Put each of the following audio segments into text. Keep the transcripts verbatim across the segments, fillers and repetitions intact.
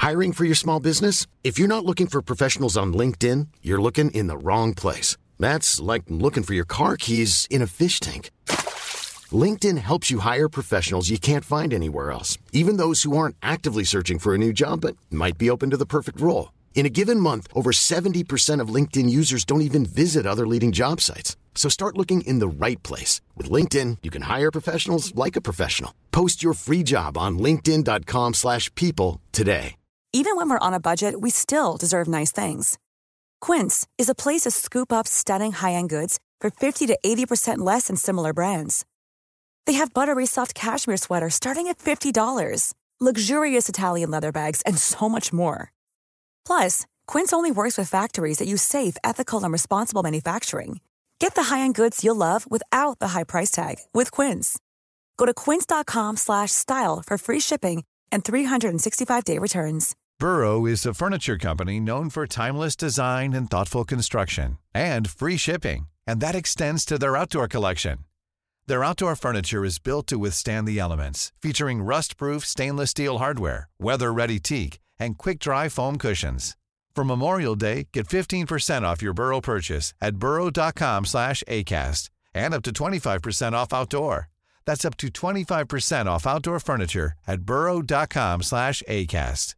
Hiring for your small business? If you're not looking for professionals on LinkedIn, you're looking in the wrong place. That's like looking for your car keys in a fish tank. LinkedIn helps you hire professionals you can't find anywhere else, even those who aren't actively searching for a new job but might be open to the perfect role. In a given month, over seventy percent of LinkedIn users don't even visit other leading job sites. So start looking in the right place. With LinkedIn, you can hire professionals like a professional. Post your free job on linkedin dot com slash people today. Even when we're on a budget, we still deserve nice things. Quince is a place to scoop up stunning high-end goods for fifty to eighty percent less than similar brands. They have buttery soft cashmere sweaters starting at fifty dollars, luxurious Italian leather bags, and so much more. Plus, Quince only works with factories that use safe, ethical, and responsible manufacturing. Get the high-end goods you'll love without the high price tag with Quince. Go to quince dot com slash style for free shipping and three sixty-five day returns. Burrow is a furniture company known for timeless design and thoughtful construction, and free shipping, and that extends to their outdoor collection. Their outdoor furniture is built to withstand the elements, featuring rust-proof stainless steel hardware, weather-ready teak, and quick-dry foam cushions. For Memorial Day, get fifteen percent off your Burrow purchase at burrow dot com slash acast, and up to twenty-five percent off outdoor. That's up to twenty-five percent off outdoor furniture at burrow dot com slash acast.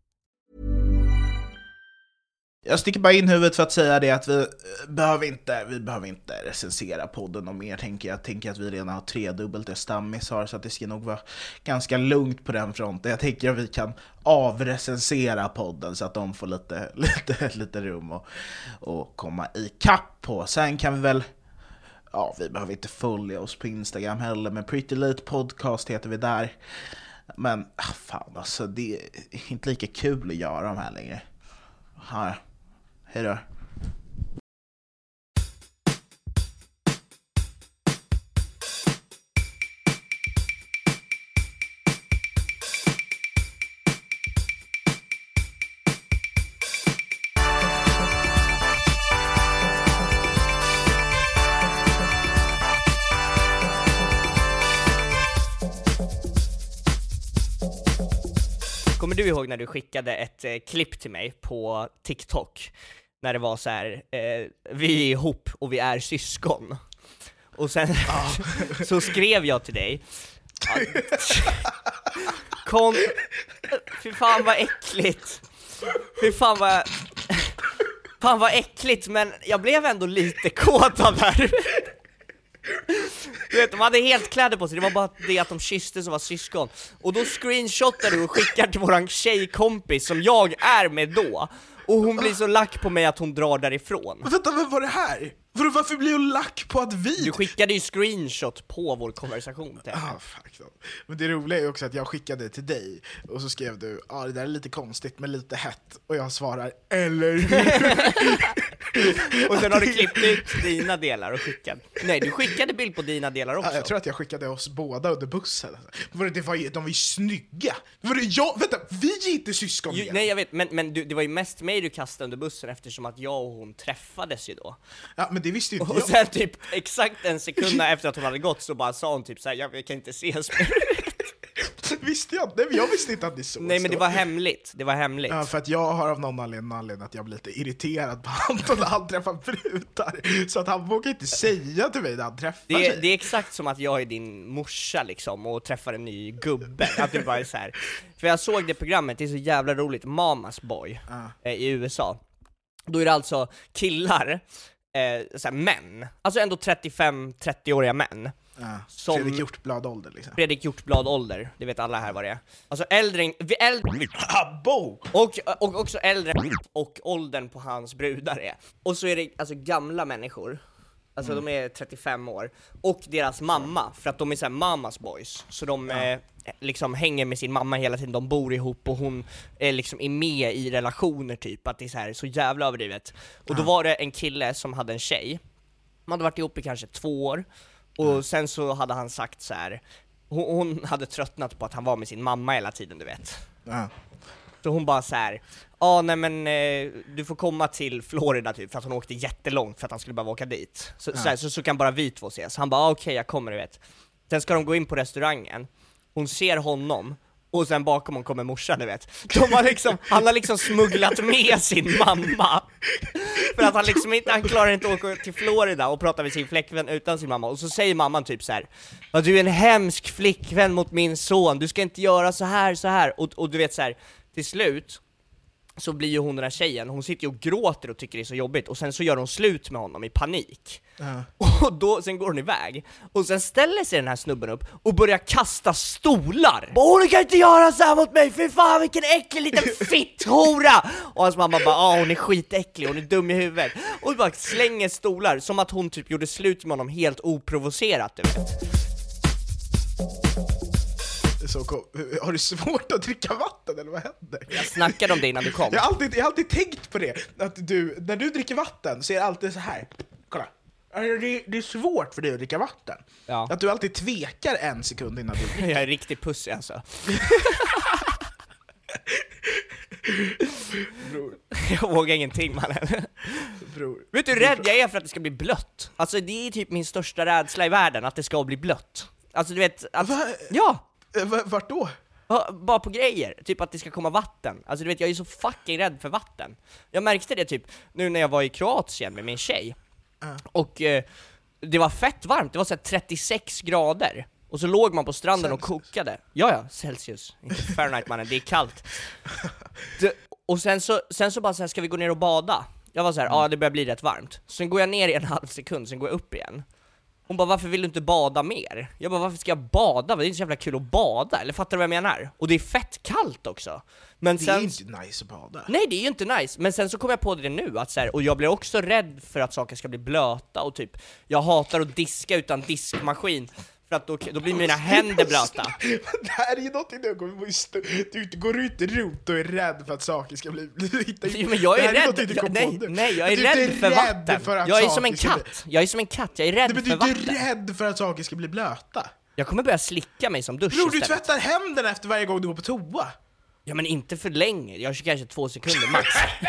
Jag sticker bara in huvudet för att säga det att vi behöver inte, vi behöver inte recensera podden och mer, tänker jag. tänker att vi redan har tredubbelt det stammisar, så att det ska nog vara ganska lugnt på den fronten. Jag tänker att vi kan avrecensera podden så att de får lite, lite, lite rum och, och komma i kapp på. Sen kan vi väl, ja, vi behöver inte följa oss på Instagram heller, men Pretty Late Podcast heter vi där. Men ah, fan alltså, det är inte lika kul att göra de här längre. Här. Hej då. Kommer du ihåg när du skickade ett eh, klipp till mig på TikTok? När det var så här, eh, vi är ihop och vi är syskon. Och sen ah. så skrev jag till dig. Kon... Fy fan vad äckligt. Fy fan vad... Fan vad äckligt, men jag blev ändå lite kåt av det här. Du vet, de hade helt kläder på sig. Det var bara det att de kysste som var syskon. Och då screenshotar du och skickar till våran tjejkompis som jag är med då. Och hon blir så lack på mig att hon drar därifrån. Men vänta, vad var det här? Var, varför blir hon lack på att vi... Du skickade ju screenshot på vår konversation till ah, fuck. Men det roliga är också att jag skickade till dig. Och så skrev du, ja ah, det där är lite konstigt men lite hett. Och jag svarar, eller hur? Och sen har du klippt ut dina delar och skickat. Nej, du skickade bild på dina delar också. Ja, jag tror att jag skickade oss båda under bussen. Var det, det var, de var ju snygga. Var det jag? Vänta, vi är inte syskon ju, Nej, jag vet, men, men du, det var ju mest mig du kastade under bussen eftersom att jag och hon träffades ju då. Ja, men det visste ju inte och jag. Och sen typ exakt en sekund efter att hon hade gått så bara sa hon typ såhär, jag kan inte ses. Visste jag? Nej, men jag visste inte att det så. Nej, men det var hemligt. Det var hemligt. Ja, för att jag har av någon anledning, anledning att jag blir lite irriterad på Anton när han träffar brutar. Så att han vågar inte säga till mig när han träffar det är, sig. det är exakt som att jag är din morsa liksom och träffar en ny gubbe. Att du bara är så här. För jag såg det programmet, det är så jävla roligt. Mama's Boy uh. eh, i U S A. Då är det alltså killar, eh, så här, män. Alltså ändå trettiofem trettio-åriga män. Ja, som Fredrik Hjortblad-ålder liksom. Fredrik Hjortblad-ålder, det vet alla här vad det är. Alltså äldre, äldre Abo! och, och också äldre och åldern på hans brudar är. Och så är det alltså gamla människor. Alltså mm. de är trettiofem år. Och deras mamma, för att de är så här mamas boys. Så de ja. eh, liksom hänger med sin mamma hela tiden. De bor ihop och hon är liksom är med i relationer typ. Att det är så här så jävla överdrivet. Och ja. Då var det en kille som hade en tjej. De hade varit ihop i kanske två år. Och mm. sen så hade han sagt så här. Hon, hon hade tröttnat på att han var med sin mamma hela tiden, du vet. Ja. Så hon bara så här. Ja, ah, nej men eh, du får komma till Florida typ. För att hon åkte jättelångt för att han skulle bara åka dit. Så, ja. så, här, så, så kan bara vi två ses. Han bara, ah, okej okay, jag kommer, du vet. Sen ska de gå in på restaurangen. Hon ser honom. Och sen bakom hon kommer morsan, du vet. De har liksom, han har liksom smugglat med sin mamma. För att han liksom inte, han klarar inte att åka till Florida och prata med sin flickvän utan sin mamma. Och så säger mamman typ så här: ja, du är en hemsk flickvän mot min son, du ska inte göra så här, så här. Och, och du vet så här, till slut så blir ju hon den här tjejen, hon sitter ju och gråter och tycker det är så jobbigt. Och sen så gör hon slut med honom i panik. Uh. Och då, sen går hon iväg. Och sen ställer sig den här snubben upp och börjar kasta stolar. Hon kan inte göra så här mot mig, för fan vilken äcklig liten fitthora. Och hans mamma bara, ja hon är skitäcklig, hon är dum i huvudet. Och bara slänger stolar, som att hon typ gjorde slut med honom helt oprovocerat, du vet. Så kom, har du svårt att dricka vatten eller vad händer? Jag snackade om det innan du kom. Jag har alltid, jag har alltid tänkt på det, att du, när du dricker vatten så är det alltid så här. Kolla, det, det är svårt för dig att dricka vatten. Ja. Att du alltid tvekar en sekund innan du dricker. Jag är riktigt pussig alltså. Bror. Jag vågar ingenting, mannen. Bror. Vet du hur rädd jag är för att det ska bli blött? Alltså det är typ min största rädsla i världen, att det ska bli blött. Alltså du vet att, Va? ja. Vart då? Bara på grejer, typ att det ska komma vatten. Alltså du vet, jag är så fucking rädd för vatten. Jag märkte det typ nu när jag var i Kroatien med min tjej. uh. Och eh, det var fett varmt, det var så här trettiosex grader. Och så låg man på stranden Celsius. Och kokade. Ja ja, Celsius, inte Fahrenheit mannen, det är kallt. det, Och sen så, sen så bara så här, ska vi gå ner och bada? Jag var så här, ja mm. ah, det börjar bli rätt varmt. Sen går jag ner i en halv sekund, sen går jag upp igen. Hon bara, varför vill du inte bada mer? Jag bara, varför ska jag bada? Det är inte så jävla kul att bada, eller fattar du vad jag menar? Och det är fett kallt också. Men det sen, är inte nice att bada. Nej, det är ju inte nice. Men sen så kom jag på det nu, att så här, och jag blir också rädd för att saker ska bli blöta. Och typ, jag hatar att diska utan diskmaskin. För att då, då blir mina händer blöta. Det här är ju någonting du går st- Du går ut runt och är rädd för att saker ska bli... Jo, men jag är, är rädd. Jag, nej, nej, jag är rädd är för rädd vatten. För jag är som en katt. Bli... Jag är som en katt, jag är rädd nej, för du, vatten. Du är rädd för att saker ska bli blöta. Jag kommer börja slicka mig som dusch istället. Du istället. tvättar händerna efter varje gång du går på toa. Ja, men inte för länge. Jag kör kanske två sekunder max.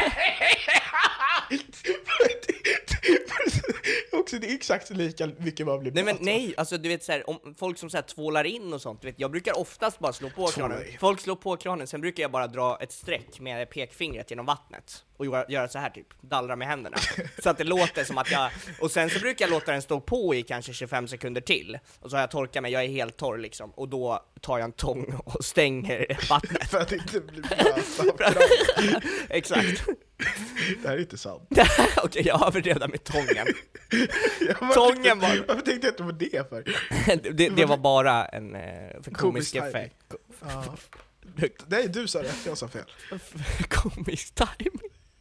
Också det är exakt lika mycket man blir. Nej men nej, alltså du vet så här, om folk som så här tvålar in och sånt, du vet, jag brukar oftast bara slå på kranen. Folk slår på kranen, sen brukar jag bara dra ett streck med pekfingret genom vattnet och göra, göra så här typ, dallra med händerna. Så att det låter som att jag, och sen så brukar jag låta den stå på i kanske tjugofem sekunder till. Och så har jag torkat mig, jag är helt torr liksom, och då tar jag en tång och stänger vattnet. För att det inte blir blöt. Exakt. Det här är inte sant. Okej, okay, jag har redan med tången. Tången var... Varför tänkte jag inte på det för? det, det var bara en eh, för komisk effekt. Ja. Nej, du sa det, jag sa fel. Komisk timing.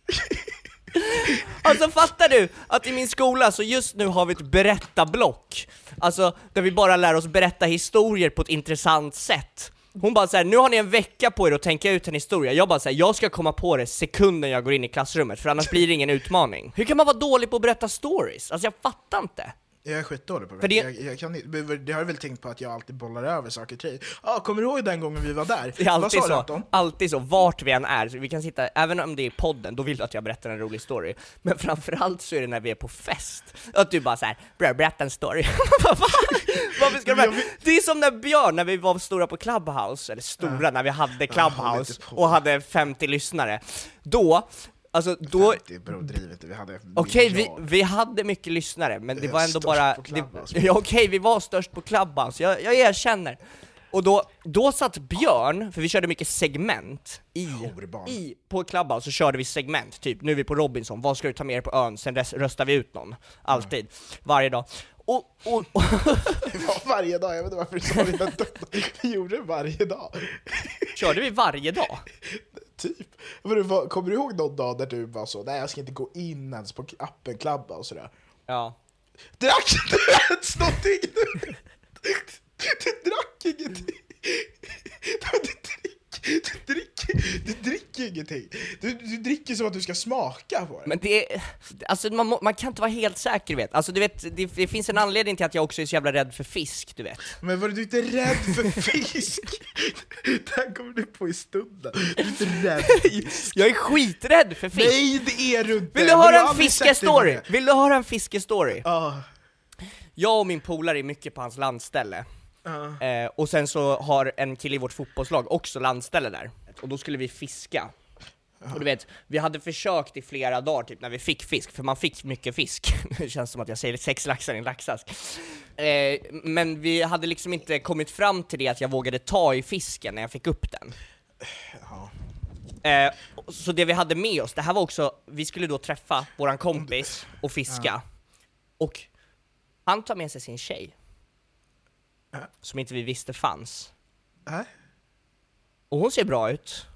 Alltså fattar du att i min skola så just nu har vi ett berättarblock. Alltså där vi bara lär oss berätta historier på ett intressant sätt. Hon bara så här, nu har ni en vecka på er att tänka ut en historia. Jag bara så här, jag ska komma på det sekunden jag går in i klassrummet, för annars blir det ingen utmaning. Hur kan man vara dålig på att berätta stories? Alltså jag fattar inte. Jag är skitdålig på det. det... Jag, jag kan, det har väl tänkt på att jag alltid bollar över saker till. Ja, ah, kommer du ihåg den gången vi var där? Det är alltid så, alltid så, vart vi än är. Så vi kan sitta, även om det är podden, då vill du att jag berättar en rolig story. Men framförallt så är det när vi är på fest. Att du bara så här, börjar berätta en story. Varför ska du det är som när Björn, när vi var stora på Clubhouse, eller stora, uh, när vi hade Clubhouse uh, och hade femtio lyssnare. Då... Alltså då... Okej, okay, vi, vi hade mycket lyssnare, men det var ändå bara... Det, ja, okej, okay, vi var störst på Clubhouse, jag, jag erkänner. Och då, då satt Björn, för vi körde mycket segment i, i på Clubhouse, så körde vi segment, typ, nu är vi på Robinson, vad ska du ta med er på ön, sen röstar vi ut någon, alltid, mm. varje dag. Och, och, och det var varje dag, jag vet inte varför du sa det, vi gjorde det varje dag. Körde vi varje dag? Typ. Kommer du ihåg någon dag där du var så, nej jag ska inte gå in ens på appen Clubba och sådär? Ja. Drack du ens någonting? Du drack ingenting. Du dricker, du dricker, du dricker ingenting. Du, du dricker som att du ska smaka på det. Men det är, alltså man, må, man kan inte vara helt säker, vet. Alltså du vet, det, det finns en anledning till att jag också är så jävla rädd för fisk, du vet. Men var du inte rädd för fisk? Det här kommer du på i stunden. Du är inte rädd för fisk. Jag är skiträdd för fisk. Nej, det är du inte. Vill du höra en fiskestory? Vill du höra en fiskestory? Ja. Jag och min polare är mycket på hans landställe. Uh. Eh, och sen så har en kille i vårt fotbollslag också landställe där. Och då skulle vi fiska. Uh. Och du vet, vi hade försökt i flera dagar typ när vi fick fisk, för man fick mycket fisk. Det känns som att jag säger sex laxar i en laxask. Eh, men vi hade liksom inte kommit fram till det att jag vågade ta i fisken när jag fick upp den. Uh. Eh, så det vi hade med oss, det här var också, vi skulle då träffa våran kompis och fiska. Uh. Och han tar med sig sin tjej. Uh. Som inte vi visste fanns. Uh. Och hon ser bra ut.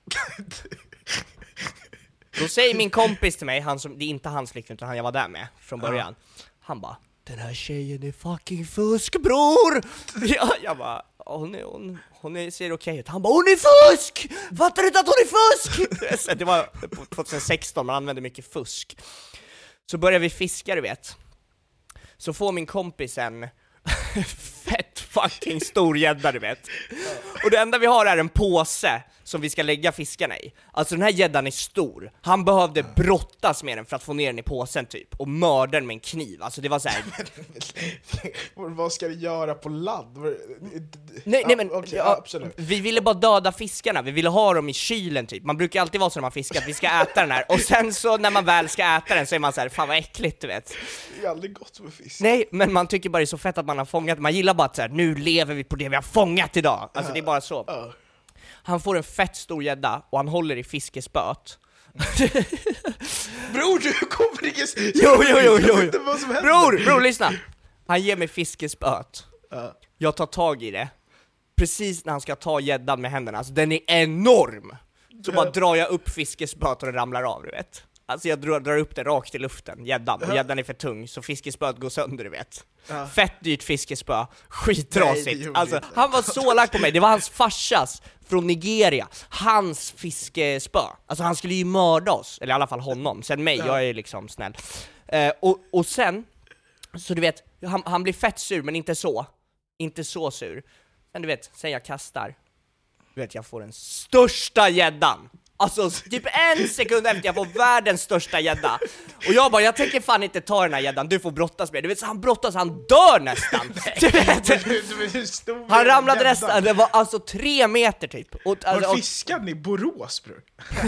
Då säger min kompis till mig, han som, det är inte hans flickvän utan han jag var där med från början. Uh. Han bara, den här tjejen är fucking fusk, bror! Jag, jag bara, hon, är, hon, hon är, ser okej ut. Han bara, hon är fusk! Fattar du inte att hon är fusk? Det var tjugohundrasexton, man använde mycket fusk. Så börjar vi fiska, du vet. Så får min kompis en fett fucking stor gädda, du vet. Och det enda vi har är en påse som vi ska lägga fiskarna i. Alltså den här gäddan är stor. Han behövde brottas med den för att få ner den i påsen typ. Och mörda den med en kniv. Alltså det var så här. Vad ska du göra på land? Nej, nej men okay, ja, absolut. Vi ville bara döda fiskarna. Vi ville ha dem i kylen typ. Man brukar alltid vara så när man fiskar, vi ska äta den här. Och sen så när man väl ska äta den så är man så här, fan vad äckligt, du vet. Det är aldrig gott med fisk. Nej, men man tycker bara det är så fett att man har fångat. Man gillar bara att så här, nu lever vi på det vi har fångat idag. Alltså uh, det är bara så. Uh. Han får en fett stor gädda och han håller i fiskespöt. Bror, du kommer inte... Jo, jo, jo, jo. Bror, bror, lyssna. Han ger mig fiskespöt. Uh. Jag tar tag i det. Precis när han ska ta gäddan med händerna. Alltså den är enorm. Så bara drar jag upp fiskespöt och det ramlar av, du vet. Alltså jag drar, drar upp det rakt i luften, gäddan. Och gäddan är för tung, så fiskespöt går sönder, du vet. Uh. Fett dyrt fiskespö, skitrasigt. Alltså, han var så lack på mig, det var hans farsas från Nigeria. Hans fiskespö. Alltså han skulle ju mörda oss, eller i alla fall honom. Sen mig, uh. jag är liksom snäll. Uh, och, och sen, så du vet, han, han blir fett sur, men inte så. Inte så sur. Men du vet, sen jag kastar, du vet, jag får den största gäddan. Alltså typ en sekund efter jag får världens största gädda. Och jag bara, jag tänker fan inte ta den här gäddan, du får brottas med. Du vet, så han brottas, han dör nästan. Du vet, han ramlade nästan, det var alltså tre meter typ. Och, alltså, var fiskade ni Borås, bror?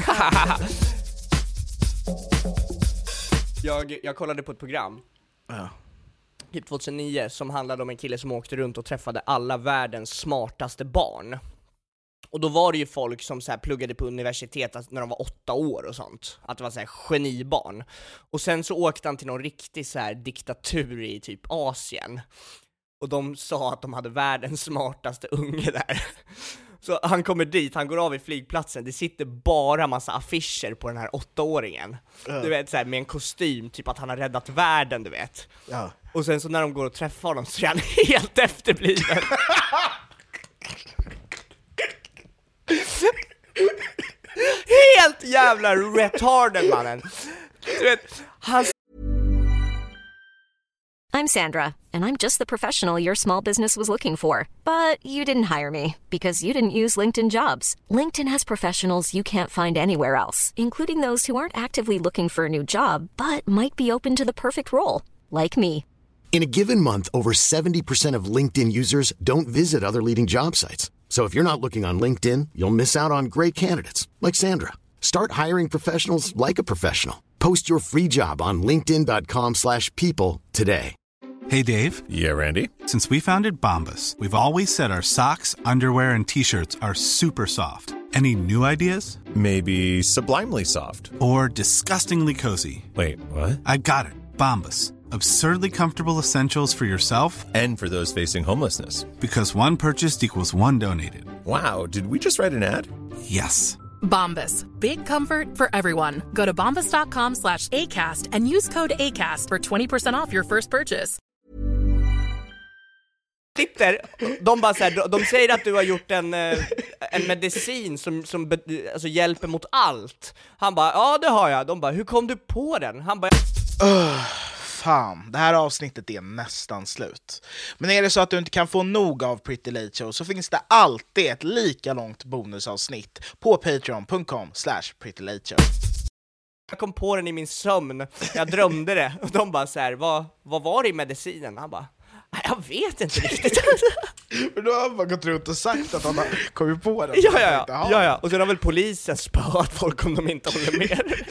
jag, jag kollade på ett program ja. Typ tjugohundranio som handlade om en kille som åkte runt och träffade alla världens smartaste barn. Och då var det ju folk som så här pluggade på universitet när de var åtta år och sånt. Att det var så här genibarn. Och sen så åkte han till någon riktig så här diktatur i typ Asien. Och de sa att de hade världens smartaste unge där. Så han kommer dit, han går av i flygplatsen. Det sitter bara massa affischer på den här åttaåringen. Uh. Du vet, så här, med en kostym, typ att han har räddat världen, du vet. Uh. Och sen så när de går och träffar honom så är han helt efterbliven. Helt jävla retarded, mannen. Du vet, han... I'm Sandra, and I'm just the professional your small business was looking for. But you didn't hire me because you didn't use LinkedIn Jobs. LinkedIn has professionals you can't find anywhere else, including those who aren't actively looking for a new job, but might be open to the perfect role, like me. In a given month, over seventy percent of LinkedIn users don't visit other leading job sites. So if you're not looking on LinkedIn, you'll miss out on great candidates like Sandra. Start hiring professionals like a professional. Post your free job on linkedin dot com slash people today. Hey, Dave. Yeah, Randy. Since we founded Bombas, we've always said our socks, underwear, and T-shirts are super soft. Any new ideas? Maybe sublimely soft. Or disgustingly cozy. Wait, what? I got it. Bombas. Absurdly comfortable essentials for yourself and for those facing homelessness. Because one purchased equals one donated. Wow, did we just write an ad? Yes. Bombas. Big comfort for everyone. Go to bombas dot com slash ACAST and use code ACAST for twenty percent off your first purchase. Sitter, de bara så här, de säger att du har gjort en, en medicin som, som be, alltså hjälper mot allt. Han bara, ja det har jag. De bara, hur kom du på den? Han bara... Uh. Fan, det här avsnittet är nästan slut. Men är det så att du inte kan få nog av Pretty Late Show så finns det alltid ett lika långt bonusavsnitt på patreon dot com slash pretty late show. Jag kom på den i min sömn, jag drömde det. Och de bara så här, vad, vad var det i medicinen? Han bara, Jag vet inte riktigt. För då har man gått runt och sagt att han har kommit på det. Ja, ja, ja. ja, ja. Och sen har väl polisen spöat folk om de inte håller med.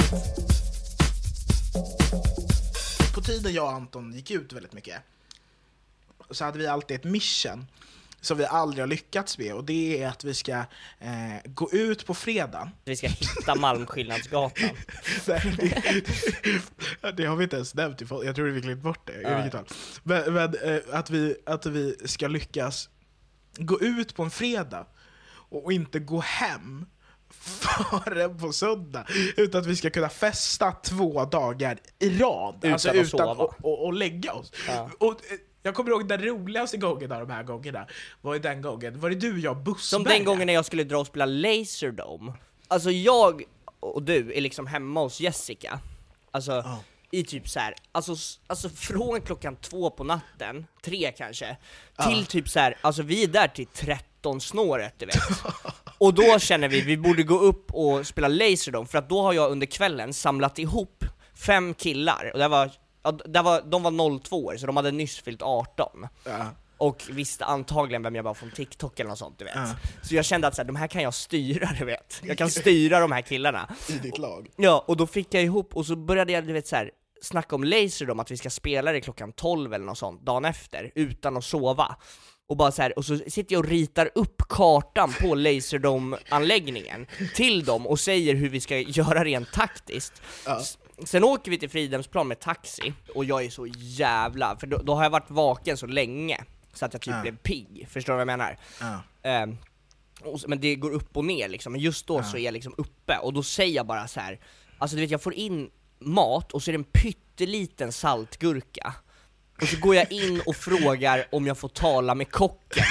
På tiden jag och Anton gick ut väldigt mycket så hade vi alltid ett mission som vi aldrig har lyckats med, och det är att vi ska eh, gå ut på fredag. Vi ska hitta Malmskillnadsgatan. Nej, det, det har vi inte ens nämnt i folk. Jag tror vi glömt bort det. I vilket fall. Men, men eh, att, vi, att vi ska lyckas gå ut på en fredag och, och inte gå hem före på söndag, utan att vi ska kunna festa två dagar i rad. Utan alltså att utan sova. och, och, och lägga oss. Ja. Och, eh, jag kommer ihåg den roligaste gången av de här gångerna var ju den gången, var det du, jag, Bussberga? Som den gången när jag skulle dra och spela Laserdome. Alltså jag och du är liksom hemma hos Jessica. Alltså oh. i typ så här, alltså, alltså från klockan två på natten, tre kanske, till oh. typ så här, alltså vi är där till tretton snåret, du vet. Och då känner vi, vi borde gå upp och spela Laserdome, för att då har jag under kvällen samlat ihop fem killar, och det var Ja, där var, de var noll två år, så de hade nyss fyllt arton. Ja. Och visste antagligen vem jag var från TikTok eller något sånt, du vet. Ja. Så jag kände att så här, de här kan jag styra, du vet. Jag kan styra de här killarna. I ditt lag. Ja, och då fick jag ihop, och så började jag, du vet, så här, snacka om Laserdome, att vi ska spela det klockan tolv eller något sånt, dagen efter, utan att sova. Och bara så här, och så sitter jag och ritar upp kartan på Laserdome-anläggningen till dem och säger hur vi ska göra rent taktiskt. Ja. Sen åker vi till Fridhemsplan med taxi, och jag är så jävla, för då, då har jag varit vaken så länge så att jag typ ja. blev pigg, förstår du vad jag menar? Ja. Um, och, men det går upp och ner liksom, men just då ja. så är jag liksom uppe, och då säger jag bara så här, alltså du vet, jag får in mat och så är det en pytteliten saltgurka, och så går jag in och frågar om jag får tala med kocken.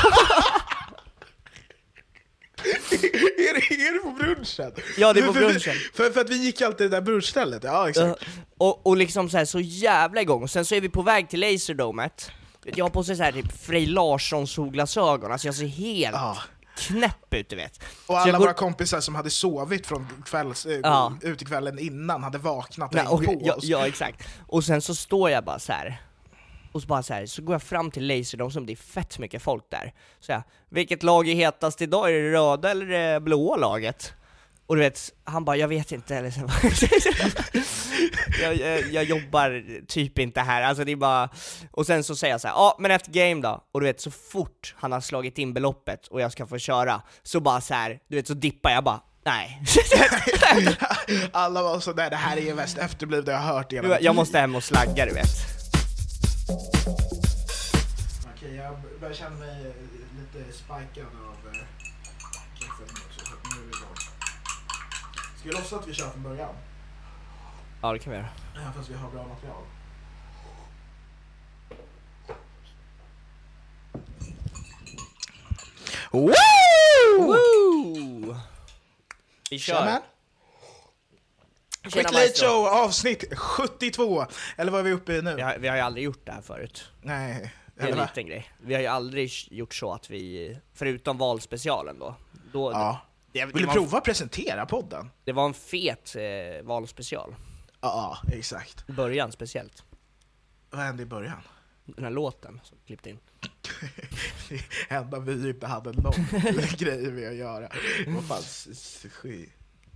Är det, är det på brunchen? Ja, det är på brunchen. För, för, för att vi gick alltid det där brunchstället, ja exakt. Uh, och, och liksom så här, så jävla igång. Och sen så är vi på väg till Laserdomet. Jag har på sig så här typ Frej Larssons solglasögon. Alltså jag ser helt uh. knäpp ut, du vet. Och alla går... våra kompisar som hade sovit från kvälls, uh. ut i kvällen innan hade vaknat Nej, och, på ja, oss. Ja, exakt. Och sen så står jag bara så här. Och så bara så här, så går jag fram till Laserdome, som det är fett mycket folk där. Så jag, vilket lag är hetast idag? Är det röda eller det blåa laget? Och du vet, han bara, jag vet inte. Eller så. jag, jag, jag jobbar typ inte här. Alltså det är bara... Och sen så säger jag så här, ja men ett game då. Och du vet, så fort han har slagit in beloppet och jag ska få köra, så bara så här, du vet, så dippar jag bara. Nej. Alla var så där, det här är ju mest efterblivna jag har hört genom. Jag måste hem och slagga, du vet. Okej, jag börjar känna mig lite spikad av eh, kaffen också, så nu är vi igång. Ska vi låtsas att vi kör från början? Ja, det kan vi göra. Ja, fast vi har bra material. Woo! Woo! Vi kör. Tjena. Quick Late Show avsnitt sjuttiotvå. Eller vad är vi uppe i nu? Vi har, vi har ju aldrig gjort det här förut. Nej. Det är en liten grej. Vi har ju aldrig gjort så att vi, förutom valspecialen då, då ja. det, det, Vill du var, prova att presentera podden? Det var en fet eh, valspecial. Ja, exakt. Början speciellt. Vad hände i början? Den här låten som klippte in. Det enda vi inte hade någon grej med att göra. Vad fan, sky.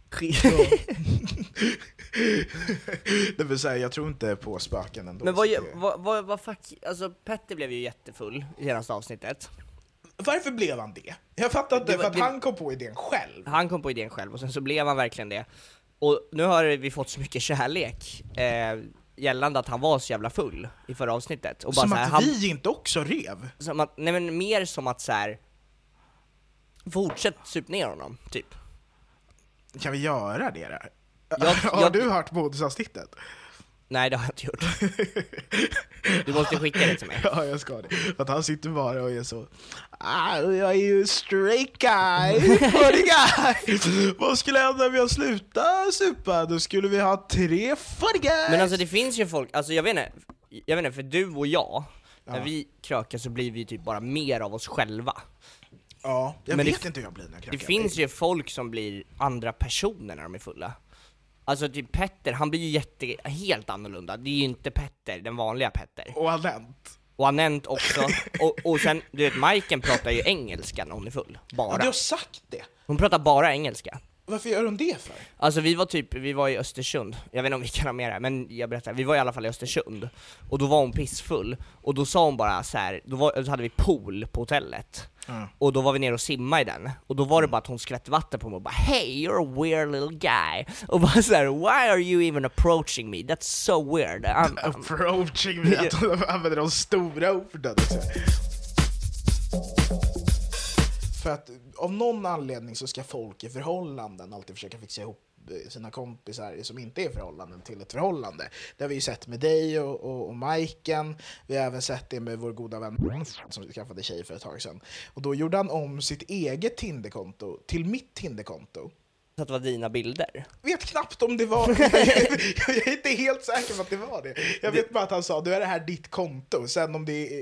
Det vill säga, jag tror inte på spöken ändå. Men vad, vad, vad, vad fuck, alltså Petter blev ju jättefull i senaste avsnittet. Varför blev han det? Jag fattar inte, det var, för att det, han kom på idén själv. Han kom på idén själv, och sen så blev han verkligen det. Och nu har vi fått så mycket kärlek eh, gällande att han var så jävla full i förra avsnittet. Och bara som så här, att han, vi inte också rev? Som att, nej men mer som att så här, fortsätt sup ner honom, typ. Kan vi göra det där? Jag, har jag, du hört bonusavsnittet? Nej, det har jag inte gjort. Du måste skicka det till mig. Ja, jag ska det. För att han sitter bara och är så, ah, jag är ju straight guy, funny guy. Vad skulle hända om jag slutar supa? Då skulle vi ha tre funny guys. Men alltså det finns ju folk, alltså jag vet inte, jag vet inte, för du och jag, ja. när vi krökar så blir vi typ bara mer av oss själva. Ja, jag men vet det, inte hur jag blir när jag krökar. Det finns ju folk som blir andra personer när de är fulla. Alltså typ Petter, han blir ju jätte, helt annorlunda. Det är ju inte Petter, den vanliga Petter. Och Valent. Och Anent också. och, och sen, du vet, Majken pratar ju engelska när hon är full. Bara. Ja, du har sagt det. Hon pratar bara engelska. Varför gör hon det för? Alltså vi var typ, vi var i Östersund. Jag vet inte om vi kan ha mer här, men jag berättar. Vi var i alla fall i Östersund. Och då var hon pissfull. Och då sa hon bara så här, då, var, då hade vi pool på hotellet. Mm. Och då var vi ner och simma i den. Och då var det bara att hon skvätte vatten på mig och bara hey, you're a weird little guy. Och bara så här, why are you even approaching me? That's so weird. I'm, I'm... Approaching me, att hon använder de stora orden. För att av någon anledning så ska folk i förhållanden alltid försöka fixa ihop sina kompisar som inte är förhållanden till ett förhållande. Det har vi ju sett med dig och, och, och Majken. Vi har även sett det med vår goda vän som skaffade tjej för ett tag sedan. Och då gjorde han om sitt eget Tinderkonto till mitt Tinderkonto. Så att det var dina bilder? Jag vet knappt om det var. Jag är inte helt säker på att det var det. Jag vet bara att han sa, du är det här ditt konto. Sen om det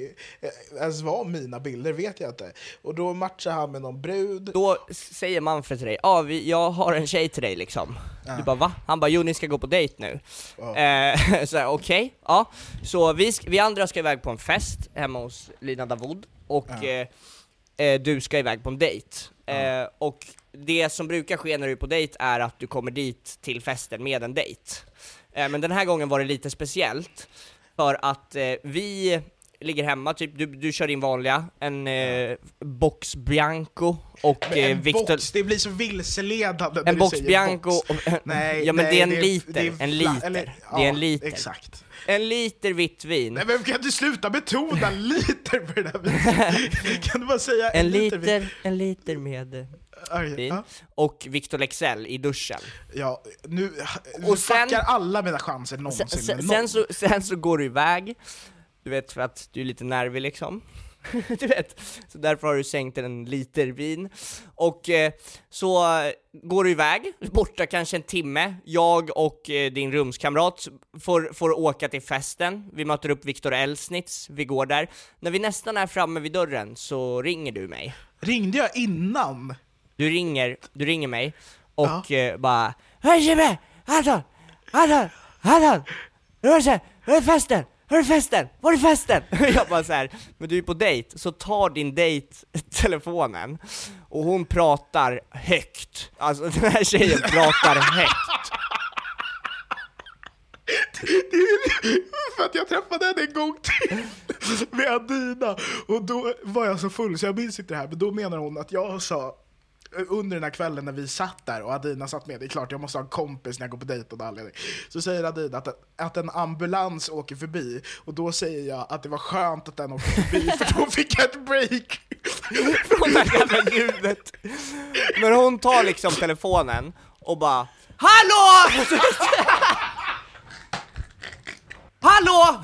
ens var mina bilder vet jag inte. Och då matchade han med någon brud. Då säger Manfred till dig, ja, ah, jag har en tjej till dig liksom. Ja. Du bara, va? Han bara, jo, ni ska gå på dejt nu. Ja. Eh, så okej, okay, ja. Så vi, vi andra ska iväg på en fest hemma hos Lina Davud. Och ja. eh, du ska iväg på en dejt. Ja. Eh, och det som brukar ske när du är på dejt är att du kommer dit till festen med en dejt. Eh, men den här gången var det lite speciellt. För att eh, vi ligger hemma, typ du, du kör din vanliga, en eh, box Bianco och eh, en Victor... box, det blir så vilseledande. En box Bianco box. Och, nej, ja men nej, det är en det är, liter, det är en liter. Eller, det är ja, en liter. Exakt. En liter vitt vin. Nej, men kan du sluta betona liter på det där viset? Kan du bara säga en, en liter, liter en liter med okay, ja. Och Victor Lexell i duschen. Ja, nu och sen, fuckar alla mina chanser någonsin sen, med sen, så, sen så går du iväg. Du vet, för att du är lite nervig liksom. Du vet, så därför har du sänkt en liter vin. Och eh, så går du iväg, borta kanske en timme. Jag och eh, din rumskamrat får, får åka till festen. Vi möter upp Viktor Elsnitz, vi går där. När vi nästan är framme vid dörren så ringer du mig. Ringde jag innan? Du ringer, du ringer mig och ja. eh, bara hej Jimmy, Anton, Anton, Anton, hur är festen? Hör du festen? Var är festen? Jag bara så här, men du är på dejt. Så tar din dejt telefonen och hon pratar högt. Alltså den här tjejen pratar högt. Det är för att jag träffade henne en gång till med Adina. Och då var jag så full så jag minns inte det här. Men då menar hon att jag sa under den här kvällen när vi satt där och Adina satt med, det är klart jag måste ha en kompis när jag går på dejt och anledning. Så säger Adina att, att en ambulans åker förbi och då säger jag att det var skönt att den åker förbi för då fick jag ett break från det här jävla ljudet. Men hon tar liksom telefonen och bara hallå! Hallå!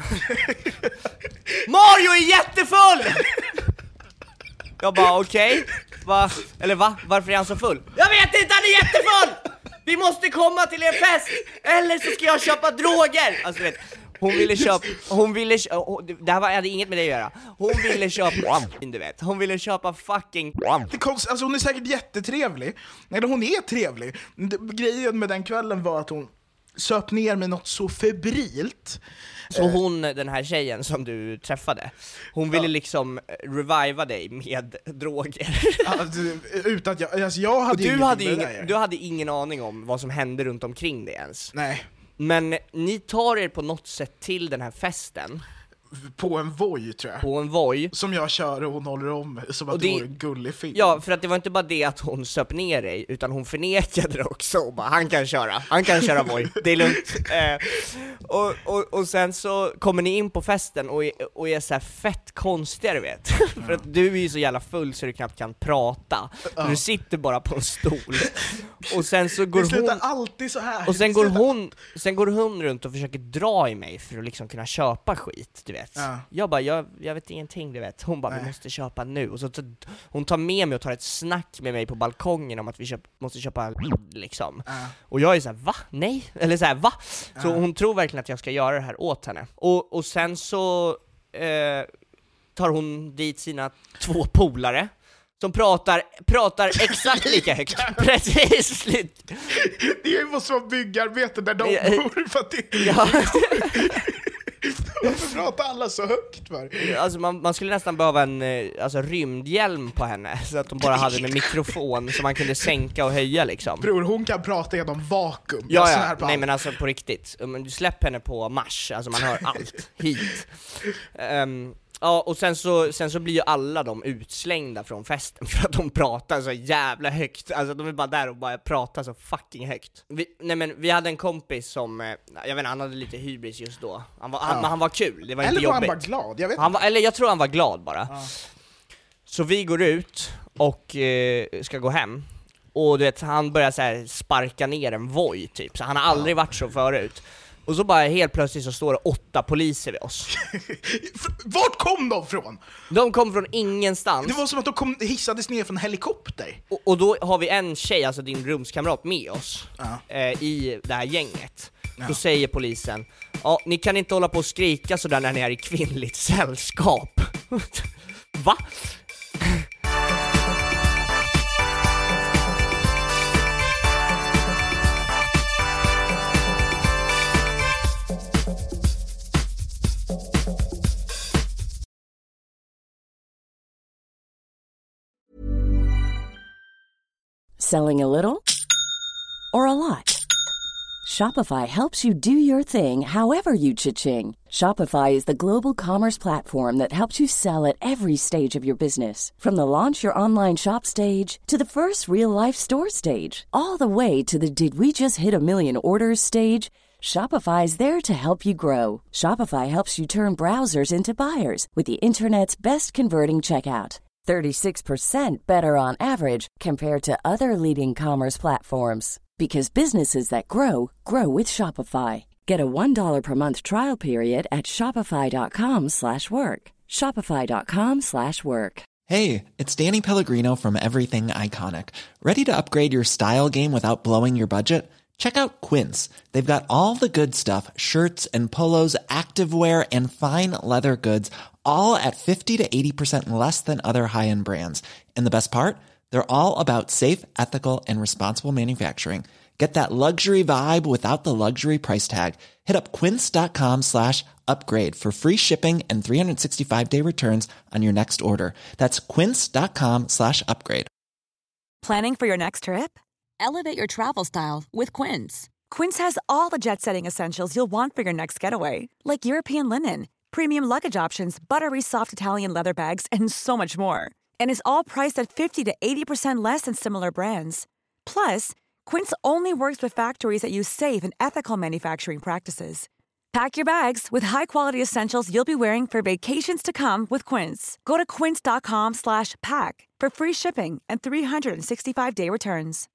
Mario är jättefull! Jag bara okej, okay. Va? Eller va? Varför är han så full? Jag vet inte, han är jättefull! Vi måste komma till en fest! Eller så ska jag köpa droger! Alltså vet, hon ville köpa... Hon ville köpa... Det här hade inget med det att göra. Hon ville köpa... Du vet. Hon ville köpa fucking... Det konst, alltså hon är säkert jättetrevlig. Eller hon är trevlig. Grejen med den kvällen var att hon söp ner med något så febrilt. Så hon, den här tjejen som du träffade, hon ville ja. liksom reviva dig med droger. Alltså, utan att jag, alltså jag hade du hade, ingen, du hade ingen aning om vad som hände runt omkring det ens. Nej. Men ni tar er på något sätt till den här festen. På en Voi tror jag. På en Voi. Som jag kör och hon håller om som att och det, det var en gullig film. Ja, för att det var inte bara det att hon söp ner dig, utan hon förnekade det också och bara, han kan köra, han kan köra Voi, det är lugnt. Eh, och, och, och sen så kommer ni in på festen och är, och är så här fett konstiga, du vet. För att du är ju så jävla full så du knappt kan prata. Ja. Du sitter bara på en stol. Och sen så går det slutar hon alltid så här. Och sen går hon sen går hon runt och försöker dra i mig för att liksom kunna köpa skit, du vet. Ja. Jag bara, jag, jag vet ingenting, du vet. Hon bara, Nej. vi måste köpa nu. Och så t- hon tar med mig och tar ett snack med mig på balkongen om att vi köp, måste köpa liksom. Ja. Och jag är så här, va? Nej? Eller så här, va? Så ja. hon tror verkligen att jag ska göra det här åt henne. Och, och sen så eh, tar hon dit sina två polare som pratar, pratar exakt lika högt. Precis. Det måste vara byggarbete där de bor för att det... Ja. Varför pratar alla så högt för? Alltså man, man skulle nästan behöva en eh, alltså, rymdhjälm på henne, så att de bara hade med mikrofon som man kunde sänka och höja liksom. Bror, hon kan prata genom vakuum. Ja, ja. Nej men alltså på riktigt, men du släpp henne på Mars, alltså man hör allt hit. Um, Ja, och sen så, sen så blir ju alla de utslängda från festen för att de pratar så jävla högt. Alltså de är bara där och bara pratar så fucking högt. Vi, nej men vi hade en kompis som, eh, jag vet inte, han hade lite hybris just då. Han var, han, ja. han var kul, det var eller inte var jobbigt. han bara glad, jag vet han var, Eller jag tror han var glad bara. Ja. Så vi går ut och eh, ska gå hem. Och du vet, han börjar så här sparka ner en Voi typ. Så han har aldrig varit så förut. Och så bara helt plötsligt så står det åtta poliser vid oss. Vart kom de från? De kom från ingenstans. Det var som att de kom, hissades ner från en helikopter. Och, och då har vi en tjej, alltså din rumskamrat, med oss ja. eh, i det här gänget. Ja. Då säger polisen: ja, ni kan inte hålla på och skrika sådär när ni är i kvinnligt sällskap. Va? Selling a little or a lot? Shopify helps you do your thing however you cha-ching. Shopify is the global commerce platform that helps you sell at every stage of your business. From the launch your online shop stage to the first real-life store stage, all the way to the did we just hit a million orders stage. Shopify is there to help you grow. Shopify helps you turn browsers into buyers with the internet's best converting checkout. thirty-six percent better on average compared to other leading commerce platforms. Because businesses that grow, grow with Shopify. Get a one dollar per month trial period at shopify.com slash work. Shopify.com slash work. Hey, it's Danny Pellegrino from Everything Iconic. Ready to upgrade your style game without blowing your budget? Check out Quince. They've got all the good stuff, shirts and polos, activewear, and fine leather goods, all at fifty to eighty percent less than other high-end brands. And the best part? They're all about safe, ethical, and responsible manufacturing. Get that luxury vibe without the luxury price tag. Hit up quince.com slash upgrade for free shipping and three sixty-five day returns on your next order. That's quince.com slash upgrade. Planning for your next trip? Elevate your travel style with Quince. Quince has all the jet-setting essentials you'll want for your next getaway, like European linen, premium luggage options, buttery soft Italian leather bags, and so much more. And is all priced at fifty to eighty percent less than similar brands. Plus, Quince only works with factories that use safe and ethical manufacturing practices. Pack your bags with high-quality essentials you'll be wearing for vacations to come with Quince. Go to quince.com slash pack for free shipping and three sixty-five day returns.